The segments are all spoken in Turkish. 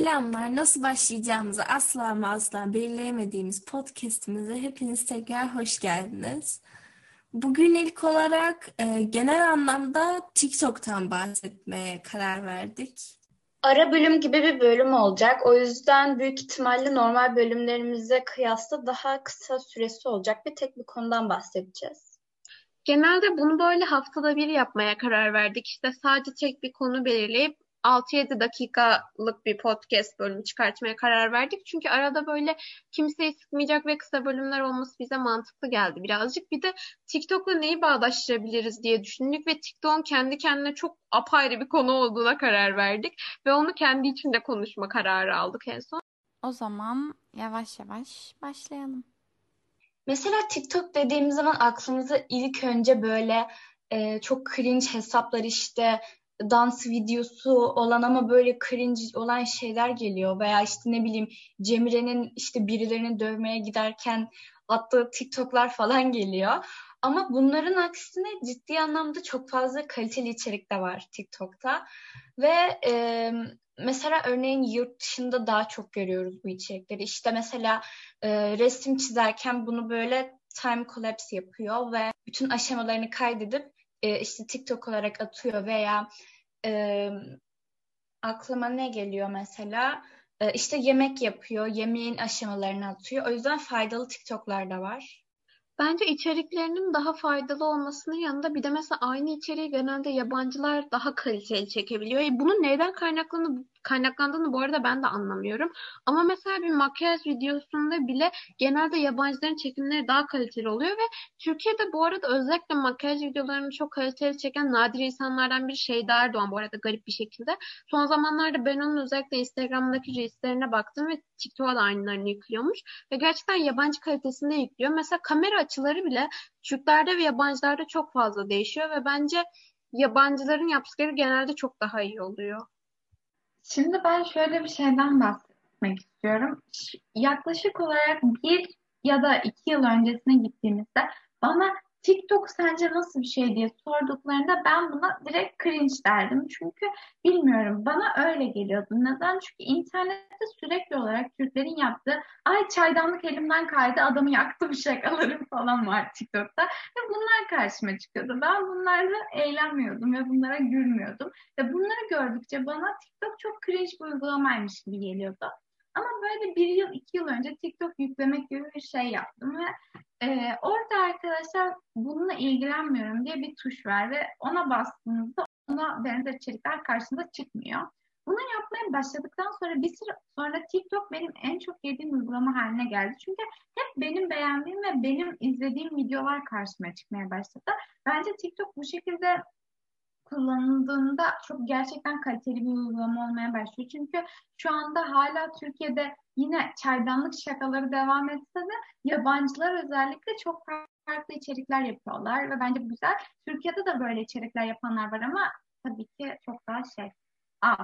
Selamlar. Nasıl başlayacağımızı asla ama asla belirleyemediğimiz podcast'imize hepiniz tekrar hoş geldiniz. Bugün ilk olarak genel anlamda TikTok'tan bahsetmeye karar verdik. Ara bölüm gibi bir bölüm olacak. O yüzden büyük ihtimalle normal bölümlerimize kıyasla daha kısa süresi olacak ve tek bir konudan bahsedeceğiz. Genelde bunu böyle haftada bir yapmaya karar verdik. İşte sadece tek bir konu belirleyip 6-7 dakikalık bir podcast bölümü çıkartmaya karar verdik. Çünkü arada böyle kimseyi sıkmayacak ve kısa bölümler olması bize mantıklı geldi birazcık. Bir de TikTok'la neyi bağdaştırabiliriz diye düşündük ve TikTok'un kendi kendine çok apayrı bir konu olduğuna karar verdik. Ve onu kendi içinde konuşma kararı aldık en son. O zaman yavaş yavaş başlayalım. Mesela TikTok dediğimiz zaman aklımıza ilk önce böyle çok cringe hesaplar, işte dans videosu olan ama böyle cringe olan şeyler geliyor. Veya işte ne bileyim, Cemire'nin işte birilerini dövmeye giderken attığı TikTok'lar falan geliyor. Ama bunların aksine ciddi anlamda çok fazla kaliteli içerik de var TikTok'ta. Ve mesela örneğin yurt dışında daha çok görüyoruz bu içerikleri. İşte mesela resim çizerken bunu böyle time collapse yapıyor ve bütün aşamalarını kaydedip işte TikTok olarak atıyor. Veya aklıma ne geliyor mesela? İşte yemek yapıyor, yemeğin aşamalarını atıyor. O yüzden faydalı TikTok'lar da var. Bence içeriklerinin daha faydalı olmasının yanında bir de mesela aynı içeriği genelde yabancılar daha kaliteli çekebiliyor. Bunun neden kaynaklandığını bu arada ben de anlamıyorum. Ama mesela bir makyaj videosunda bile genelde yabancıların çekimleri daha kaliteli oluyor ve Türkiye'de bu arada özellikle makyaj videolarını çok kaliteli çeken nadir insanlardan biri Şeyda Erdoğan, bu arada garip bir şekilde. Son zamanlarda ben onun özellikle Instagram'daki reelslerine baktım ve TikTok'a da aynılarını yüklüyormuş. Ve gerçekten yabancı kalitesinde yüklüyor. Mesela kamera açıları bile Türklerde ve yabancılarda çok fazla değişiyor ve bence yabancıların yaptıkları genelde çok daha iyi oluyor. Şimdi ben şöyle bir şeyden bahsetmek istiyorum. Yaklaşık olarak 1 ya da 2 yıl öncesine gittiğimizde bana TikTok sence nasıl bir şey diye sorduklarında ben buna direkt cringe derdim. Çünkü bilmiyorum, bana öyle geliyordu. Neden? Çünkü internette sürekli olarak Türklerin yaptığı ay çaydanlık elimden kaydı adamı yaktım şakaları falan var TikTok'ta. Ve bunlar karşıma çıkıyordu. Ben bunlarla eğlenmiyordum ve bunlara gülmüyordum. Ve bunları gördükçe bana TikTok çok cringe bir uygulamaymış gibi geliyordu. Ama böyle 1 yıl, 2 yıl önce TikTok yüklemek gibi bir şey yaptım ve orada arkadaşlar bununla ilgilenmiyorum diye bir tuş var ve ona bastığınızda ona benzer içerikler karşınıza çıkmıyor. Bunu yapmaya başladıktan sonra bir süre sonra TikTok benim en çok yediğim uygulama haline geldi. Çünkü hep benim beğendiğim ve benim izlediğim videolar karşıma çıkmaya başladı. Bence TikTok bu şekilde kullanıldığında çok gerçekten kaliteli bir uygulama olmaya başlıyor. Çünkü şu anda hala Türkiye'de yine çaydanlık şakaları devam etse de yabancılar özellikle çok farklı içerikler yapıyorlar ve bence bu güzel. Türkiye'de de böyle içerikler yapanlar var ama tabii ki çok daha az.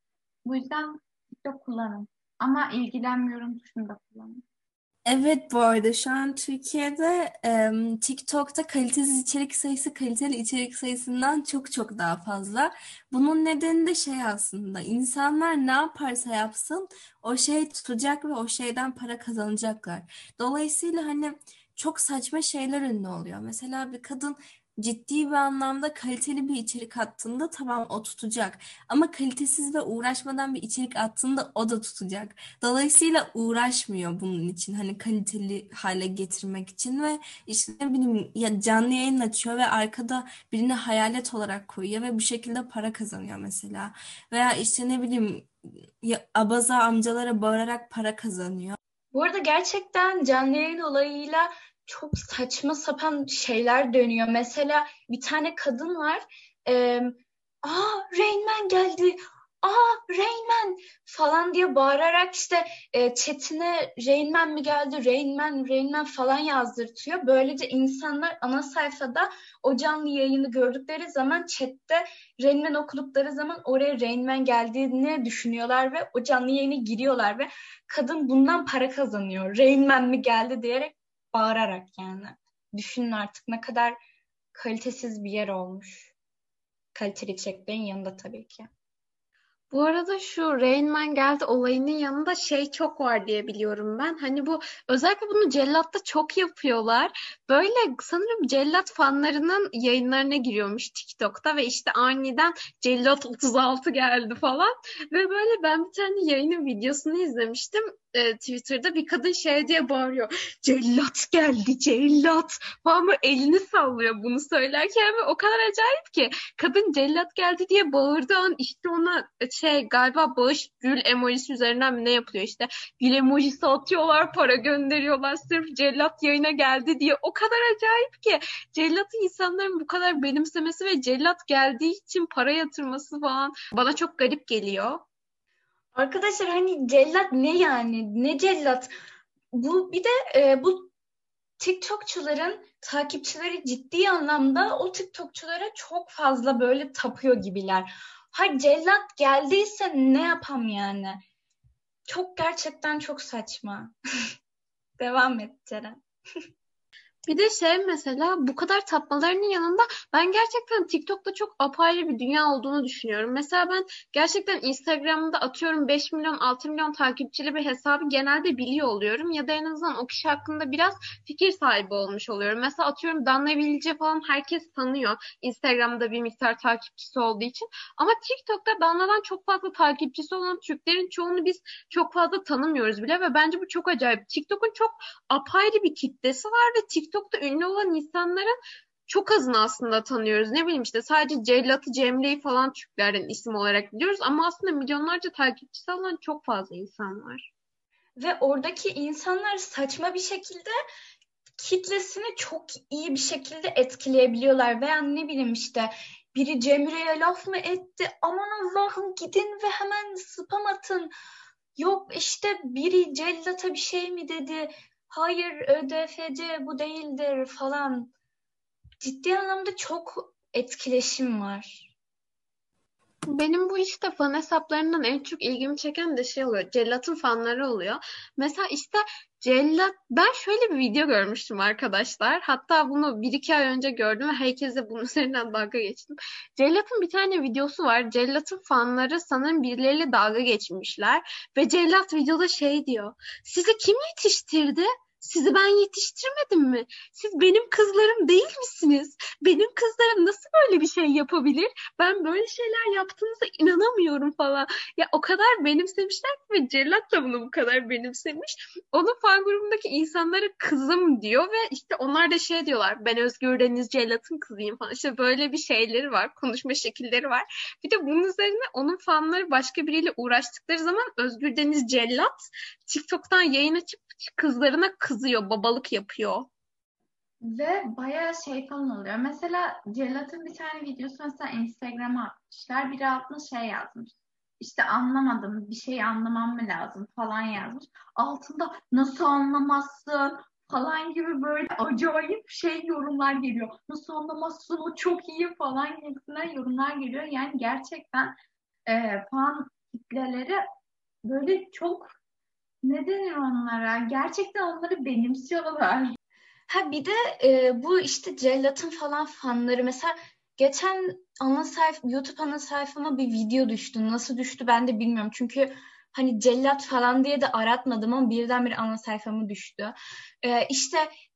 Bu yüzden TikTok kullanın. Ama ilgilenmiyorum tuşunu da kullanın. Evet, bu arada şu an Türkiye'de TikTok'ta kalitesiz içerik sayısı kaliteli içerik sayısından çok çok daha fazla. Bunun nedeni de şey, aslında insanlar ne yaparsa yapsın o şey tutacak ve o şeyden para kazanacaklar. Dolayısıyla hani çok saçma şeyler ünlü oluyor. Mesela bir kadın ciddi bir anlamda kaliteli bir içerik attığında tamam o tutacak. Ama kalitesiz ve uğraşmadan bir içerik attığında o da tutacak. Dolayısıyla uğraşmıyor bunun için, hani kaliteli hale getirmek için ve işte ne bileyim ya canlı yayın açıyor ve arkada birini hayalet olarak koyuyor ve bu şekilde para kazanıyor mesela. Veya işte ne bileyim ya, abaza amcalara bağırarak para kazanıyor. Bu arada gerçekten canlı yayın olayıyla çok saçma sapan şeyler dönüyor. Mesela bir tane kadın var. Ee, Rain Man geldi. Rain Man falan diye bağırarak işte chatine Rain Man mi geldi? Rain Man, Rain Man falan yazdırtıyor. Böylece insanlar ana sayfada o canlı yayını gördükleri zaman chatte Rain Man okudukları zaman oraya Rain Man geldiğini düşünüyorlar ve o canlı yayına giriyorlar ve kadın bundan para kazanıyor. Rain Man mi geldi diyerek bağırarak yani. Düşünün artık ne kadar kalitesiz bir yer olmuş. Kaliteli içeriklerin yanında tabii ki. Bu arada şu Rain Man geldi olayının yanında şey çok var diye biliyorum ben. Hani bu özellikle bunu Cellat'ta çok yapıyorlar. Böyle sanırım Cellat fanlarının yayınlarına giriyormuş TikTok'ta ve işte aniden Cellat 36 geldi falan. Ve böyle ben bir tane yayının videosunu izlemiştim. Twitter'da bir kadın şey diye bağırıyor. Cellat geldi, cellat falan böyle elini sallıyor bunu söylerken ve o kadar acayip ki. Kadın cellat geldi diye bağırdığı an işte ona galiba bağış gül emojisi üzerinden mi ne yapılıyor işte. Gül emojisi atıyorlar, para gönderiyorlar sırf cellat yayına geldi diye. O kadar acayip ki cellatı insanların bu kadar benimsemesi ve cellat geldiği için para yatırması falan bana çok garip geliyor. Arkadaşlar hani cellat ne yani? Ne cellat? Bu bir de bu TikTokçuların takipçileri ciddi anlamda o TikTokçulara çok fazla böyle tapıyor gibiler. Ha cellat geldiyse ne yapam yani? Çok gerçekten çok saçma. Devam et Ceren. Bir de mesela bu kadar tapmalarının yanında ben gerçekten TikTok'ta çok apayrı bir dünya olduğunu düşünüyorum. Mesela ben gerçekten Instagram'da atıyorum 5 milyon 6 milyon takipçili bir hesabı genelde biliyor oluyorum. Ya da en azından o kişi hakkında biraz fikir sahibi olmuş oluyorum. Mesela atıyorum Danla Bilici falan herkes tanıyor. Instagram'da bir miktar takipçisi olduğu için. Ama TikTok'ta Danla'dan çok fazla takipçisi olan Türklerin çoğunu biz çok fazla tanımıyoruz bile ve bence bu çok acayip. TikTok'un çok apayrı bir kitlesi var ve TikTok'ta ünlü olan insanların çok azını aslında tanıyoruz. Ne bileyim işte sadece Cellat'ı, Cemre'yi falan Türklerden isim olarak biliyoruz ama aslında milyonlarca takipçisi olan çok fazla insan var. Ve oradaki insanlar saçma bir şekilde kitlesini çok iyi bir şekilde etkileyebiliyorlar. Veya ne bileyim işte biri Cemre'ye laf mı etti? Aman Allah'ım gidin ve hemen spam atın. Yok işte biri Cellat'a bir şey mi dedi? Hayır ÖDFC bu değildir falan. Ciddi anlamda çok etkileşim var. Benim bu işte fan hesaplarından en çok ilgimi çeken de şey oluyor. Cellat'ın fanları oluyor. Mesela işte Cellat, ben şöyle bir video görmüştüm arkadaşlar. Hatta bunu bir iki ay önce gördüm ve herkese bunun üzerinden dalga geçtim. Cellat'ın bir tane videosu var. Cellat'ın fanları sanırım birileriyle dalga geçmişler. Ve Cellat videoda şey diyor. Sizi kim yetiştirdi? Sizi ben yetiştirmedim mi? Siz benim kızlarım değil misiniz? Benim kızlarım nasıl böyle bir şey yapabilir? Ben böyle şeyler yaptığınıza inanamıyorum falan. Ya o kadar benimsemişler ki ve Cellat da bunu bu kadar benimsemiş. Onun fan grubundaki insanlara kızım diyor ve işte onlar da şey diyorlar. Ben Özgür Deniz Cellat'ın kızıyım falan. İşte böyle bir şeyleri var. Konuşma şekilleri var. Bir de bunun üzerine onun fanları başka biriyle uğraştıkları zaman Özgür Deniz Cellat TikTok'tan yayın açıp kızlarına kızıyor, babalık yapıyor. Ve bayağı şey falan oluyor. Mesela Cellat'ın bir tane videosu mesela Instagram'a atmışlar. Biri altına şey yazmış. İşte anlamadım, bir şey anlamam mı lazım falan yazmış. Altında nasıl anlamazsın falan gibi böyle acayip şey yorumlar geliyor. Nasıl anlamazsın, o çok iyi falan gibisinden yorumlar geliyor. Yani gerçekten fan kitleleri böyle çok, ne denir onlara? Gerçekten onları benimsiyorlar. Ha bir de bu işte Cellat'ın falan fanları mesela geçen YouTube ana sayfama bir video düştü. Nasıl düştü ben de bilmiyorum. Çünkü hani Cellat falan diye de aratmadım ama birdenbire ana sayfama düştü. İşte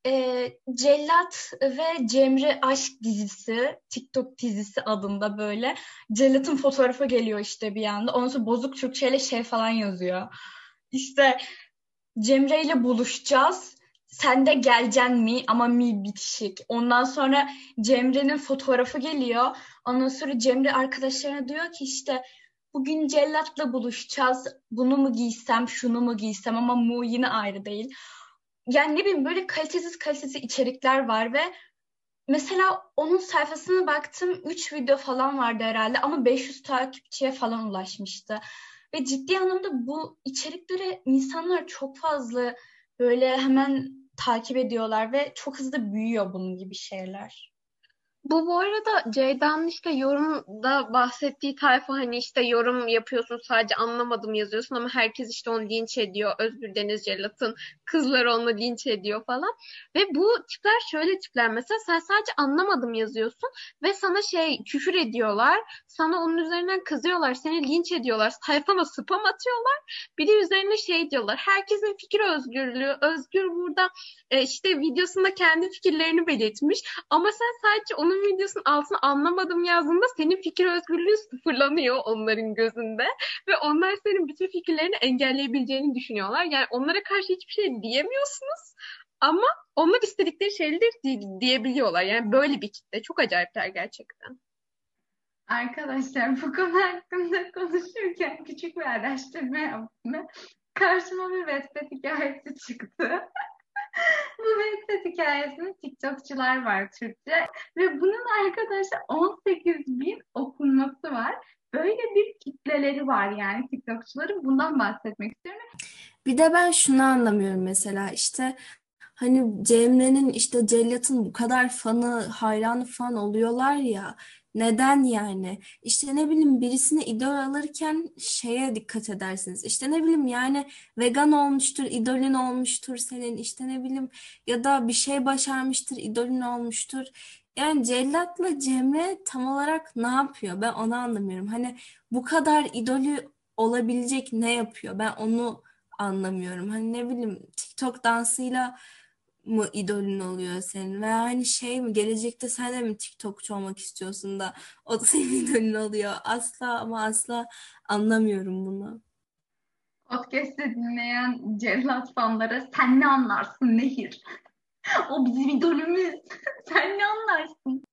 Cellat ve Cemre aşk dizisi, TikTok dizisi adında böyle. Cellat'ın fotoğrafı geliyor işte bir anda. Ondan sonra bozuk Türkçeyle şey falan yazıyor. İşte Cemre ile buluşacağız. Sen de geleceksin mi? Ama mi bitişik. Ondan sonra Cemre'nin fotoğrafı geliyor. Ondan sonra Cemre arkadaşlarına diyor ki işte bugün Cellat'la buluşacağız. Bunu mu giysem, şunu mu giysem ama mu yine ayrı değil. Yani ne bileyim böyle kalitesiz içerikler var ve mesela onun sayfasına baktım 3 video falan vardı herhalde ama 500 takipçiye falan ulaşmıştı. Ve ciddi anlamda bu içerikleri insanlar çok fazla böyle hemen takip ediyorlar ve çok hızlı büyüyor bunun gibi şeyler. Bu arada Ceyda'nın işte yorumda bahsettiği tayfa, hani işte yorum yapıyorsun sadece anlamadım yazıyorsun ama herkes işte onu linç ediyor. Özgür Deniz Cellat'ın kızları onu linç ediyor falan. Ve bu tipler şöyle tipler, mesela sen sadece anlamadım yazıyorsun ve sana küfür ediyorlar. Sana onun üzerinden kızıyorlar. Seni linç ediyorlar. Sayfana spam atıyorlar. Bir de üzerine diyorlar. Herkesin fikir özgürlüğü. Özgür burada işte videosunda kendi fikirlerini belirtmiş. Ama sen sadece onun videosunun altına anlamadım yazdığında senin fikir özgürlüğü sıfırlanıyor onların gözünde. Ve onlar senin bütün fikirlerini engelleyebileceğini düşünüyorlar. Yani onlara karşı hiçbir şey diyemiyorsunuz. Ama onlar istedikleri şeyleri diyebiliyorlar. Yani böyle bir kitle. Çok acayipler gerçekten. Arkadaşlar bu konu hakkında konuşurken küçük bir araştırma yaptım. Karşıma bir Wattpad hikayesi çıktı. Bu Wattpad hikayesinin TikTokçular var Türkçe ve bunun arkadaşlar 18 bin okunması var. Böyle bir kitleleri var yani TikTokçuların. Bundan bahsetmek istiyorum. Bir de ben şunu anlamıyorum mesela işte hani Cemre'nin işte Cellat'ın bu kadar fanı, hayranı fan oluyorlar ya. Neden yani? İşte ne bileyim birisini idol alırken şeye dikkat edersiniz. İşte ne bileyim yani vegan olmuştur, idolün olmuştur senin. İşte ne bileyim ya da bir şey başarmıştır, idolün olmuştur. Yani Cellat'la Cemre tam olarak ne yapıyor? Ben onu anlamıyorum. Hani bu kadar idolü olabilecek ne yapıyor? Ben onu anlamıyorum. Hani ne bileyim TikTok dansıyla mı idolün oluyor senin? Veya hani şey mi gelecekte sen de mi TikTokçu olmak istiyorsun da o da senin idolün oluyor? Asla ama asla anlamıyorum bunu. Podcast'te dinleyen Cellat fanlara sen ne anlarsın Nehir? O bizim idolümüz. Sen ne anlarsın?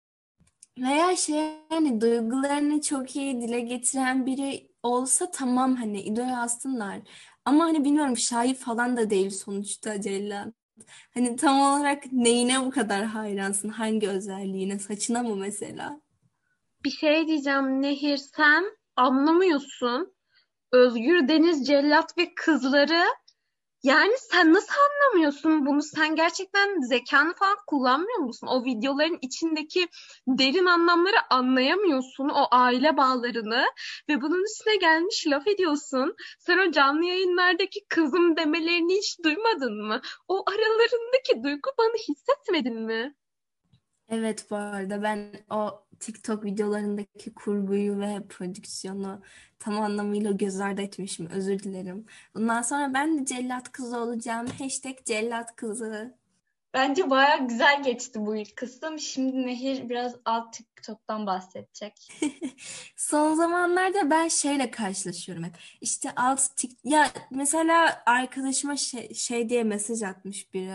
Veya şey hani duygularını çok iyi dile getiren biri olsa tamam hani idol alsınlar. Ama hani bilmiyorum şair falan da değil sonuçta Celal. Hani tam olarak neyine bu kadar hayransın? Hangi özelliğine? Saçına mı mesela? Bir şey diyeceğim Nehir, sen anlamıyorsun. Özgür Deniz Cellat ve kızları. Yani sen nasıl anlamıyorsun bunu? Sen gerçekten zekanı falan kullanmıyor musun? O videoların içindeki derin anlamları anlayamıyorsun. O aile bağlarını ve bunun üstüne gelmiş laf ediyorsun. Sen o canlı yayınlardaki kızım demelerini hiç duymadın mı? O aralarındaki duygu bağını hissetmedin mi? Evet bu arada ben o TikTok videolarındaki kurguyu ve prodüksiyonu tam anlamıyla göz ardı etmişim. Özür dilerim. Bundan sonra ben de cellat kızı olacağım. Hashtag cellat kızı. Bence bayağı güzel geçti bu ilk kısım. Şimdi Nehir biraz alt TikTok'tan bahsedecek. Son zamanlarda ben şeyle karşılaşıyorum hep. İşte ya mesela arkadaşıma şey diye mesaj atmış biri.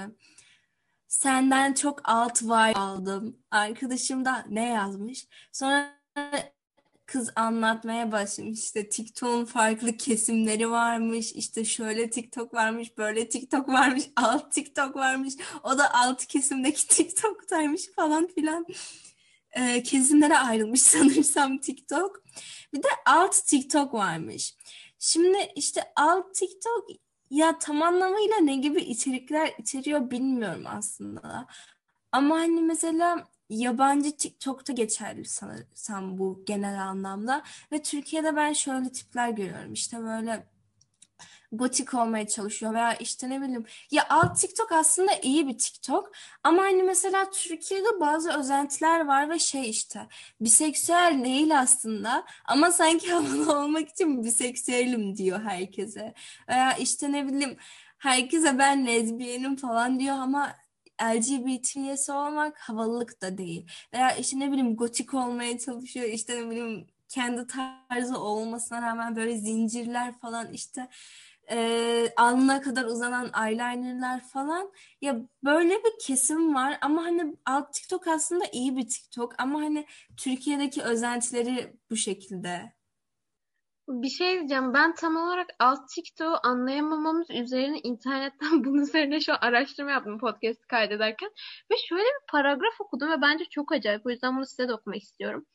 Senden çok alt vibe aldım. Arkadaşım da ne yazmış? Sonra kız anlatmaya başlamış. İşte TikTok'un farklı kesimleri varmış. İşte şöyle TikTok varmış, böyle TikTok varmış, alt TikTok varmış. O da alt kesimdeki TikTok'taymış falan filan. Kesimlere ayrılmış sanırsam TikTok. Bir de alt TikTok varmış. Şimdi işte alt TikTok ya tam anlamıyla ne gibi içerikler içeriyor bilmiyorum aslında. Ama hani mesela yabancı TikTok'ta geçerli sanırsam bu genel anlamda. Ve Türkiye'de ben şöyle tipler görüyorum. İşte böyle gotik olmaya çalışıyor veya işte ne bileyim ya alt TikTok aslında iyi bir TikTok ama hani mesela Türkiye'de bazı özentiler var ve şey işte biseksüel değil aslında ama sanki havalı olmak için biseksüelim diyor herkese veya işte ne bileyim herkese ben lezbiyenim falan diyor ama LGBT üyesi olmak havalılık da değil veya işte ne bileyim gotik olmaya çalışıyor işte ne bileyim kendi tarzı olmasına rağmen böyle zincirler falan işte alnına kadar uzanan eyelinerlar falan. Ya böyle bir kesim var ama hani alt TikTok aslında iyi bir TikTok ama hani Türkiye'deki özentileri bu şekilde. Bir şey diyeceğim. Ben tam olarak alt TikTok'u anlayamamamız üzerine internetten bunun üzerine şu an araştırma yaptım podcast kaydederken. Ve şöyle bir paragraf okudum ve bence çok acayip. O yüzden bunu size de okumak istiyorum.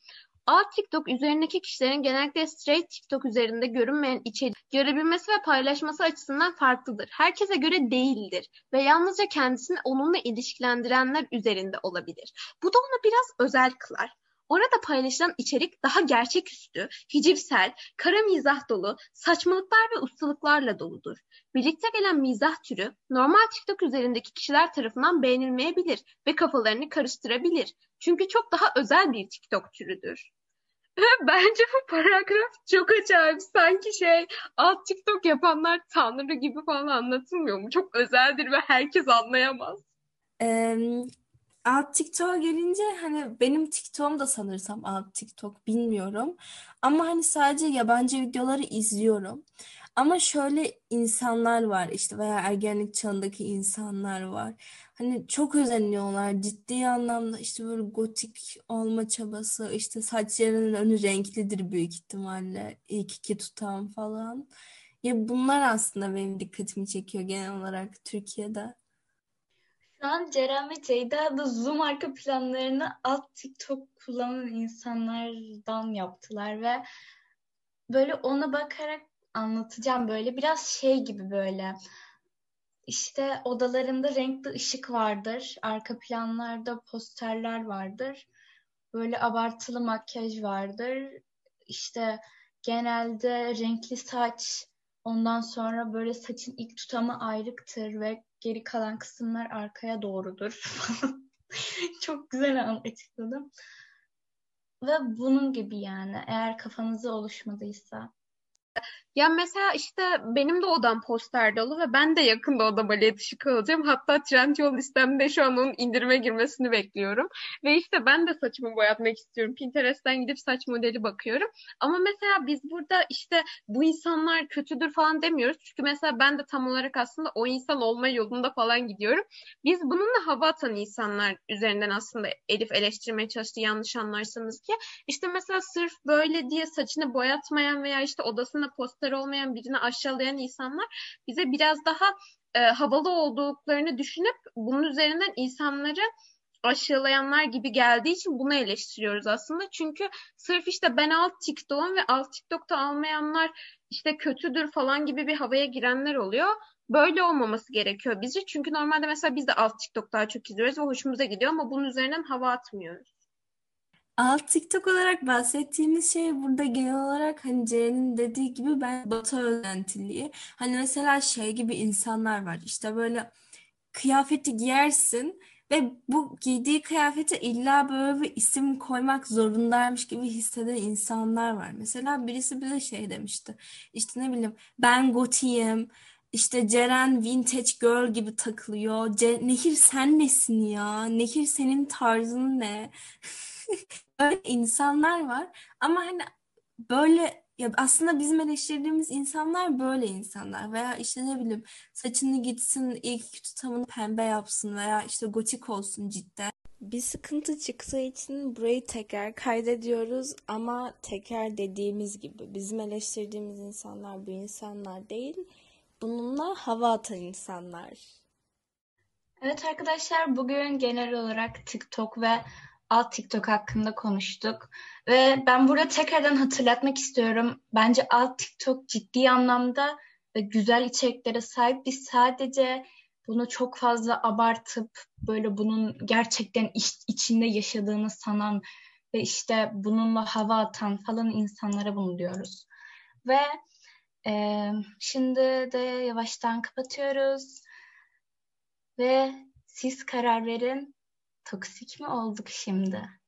alt TikTok üzerindeki kişilerin genellikle straight TikTok üzerinde görünmeyen içerik görebilmesi ve paylaşması açısından farklıdır. Herkese göre değildir ve yalnızca kendisini onunla ilişkilendirenler üzerinde olabilir. Bu da onu biraz özel kılar. Orada paylaşılan içerik daha gerçeküstü, hicivsel, kara mizah dolu, saçmalıklar ve ustalıklarla doludur. Birlikte gelen mizah türü normal TikTok üzerindeki kişiler tarafından beğenilmeyebilir ve kafalarını karıştırabilir. Çünkü çok daha özel bir TikTok türüdür. Bence bu paragraf çok acayip. Sanki alt TikTok yapanlar tanrı gibi falan anlatılmıyor mu? Çok özeldir ve herkes anlayamaz. Em, Alt TikTok'a gelince hani benim TikTok'um da sanırsam alt TikTok bilmiyorum. Ama hani sadece yabancı videoları izliyorum. Ama şöyle insanlar var işte veya ergenlik çağındaki insanlar var. Hani çok özeniyorlar ciddi anlamda işte böyle gotik olma çabası işte saçlarının önü renklidir büyük ihtimalle ilk iki tutan falan. Ya bunlar aslında benim dikkatimi çekiyor genel olarak Türkiye'de. Şu an Ceren ve Ceyda da Zoom arka planlarını alt TikTok kullanan insanlardan yaptılar ve böyle ona bakarak anlatacağım, böyle biraz gibi böyle. İşte odalarında renkli ışık vardır. Arka planlarda posterler vardır. Böyle abartılı makyaj vardır. İşte genelde renkli saç, ondan sonra böyle saçın ilk tutamı ayrıktır ve geri kalan kısımlar arkaya doğrudur falan. Çok güzel açıkladım. Ve bunun gibi yani, eğer kafanızda oluşmadıysa. Ya mesela işte benim de odam poster dolu ve ben de yakında odama led ışık alacağım. Hatta Trendyol listemde şu an onun indirime girmesini bekliyorum. Ve işte ben de saçımı boyatmak istiyorum. Pinterest'ten gidip saç modeli bakıyorum. Ama mesela biz burada işte bu insanlar kötüdür falan demiyoruz. Çünkü mesela ben de tam olarak aslında o insan olma yolunda falan gidiyorum. Biz bununla hava atan insanlar üzerinden aslında Elif eleştirmeye çalıştı, yanlış anlarsanız ki. İşte mesela sırf böyle diye saçını boyatmayan veya işte odasında poster olmayan birini aşağılayan insanlar bize biraz daha havalı olduklarını düşünüp bunun üzerinden insanları aşağılayanlar gibi geldiği için bunu eleştiriyoruz aslında. Çünkü sırf işte ben alt TikTok'um ve alt TikTok'ta almayanlar işte kötüdür falan gibi bir havaya girenler oluyor. Böyle olmaması gerekiyor bizce. Çünkü normalde mesela biz de alt TikTok daha çok izliyoruz ve hoşumuza gidiyor ama bunun üzerinden hava atmıyoruz. Alt TikTok olarak bahsettiğimiz şey burada genel olarak hani Ceren'in dediği gibi ben Batı özentiliği. Hani mesela şey gibi insanlar var işte böyle kıyafeti giyersin ve bu giydiği kıyafete illa böyle bir isim koymak zorundaymış gibi hisseden insanlar var. Mesela birisi bize şey demişti işte ne bileyim ben gotiyim. İşte Ceren vintage girl gibi takılıyor. Nehir sen nesin ya? Nehir senin tarzın ne? Böyle insanlar var ama hani böyle ya aslında bizim eleştirdiğimiz insanlar böyle insanlar veya işte ne bileyim saçını gitsin ilk tutamını pembe yapsın veya işte gotik olsun cidden. Bir sıkıntı çıktığı için burayı tekrar kaydediyoruz ama tekrar dediğimiz gibi bizim eleştirdiğimiz insanlar bu insanlar değil. Bununla hava atan insanlar. Evet arkadaşlar, bugün genel olarak TikTok ve alt TikTok hakkında konuştuk. Ve ben burada tekrardan hatırlatmak istiyorum. Bence alt TikTok ciddi anlamda ve güzel içeriklere sahip. Biz sadece bunu çok fazla abartıp böyle bunun gerçekten içinde yaşadığını sanan ve işte bununla hava atan falan insanlara bunu diyoruz. Ve şimdi de yavaştan kapatıyoruz. Ve siz karar verin, toksik mi olduk şimdi?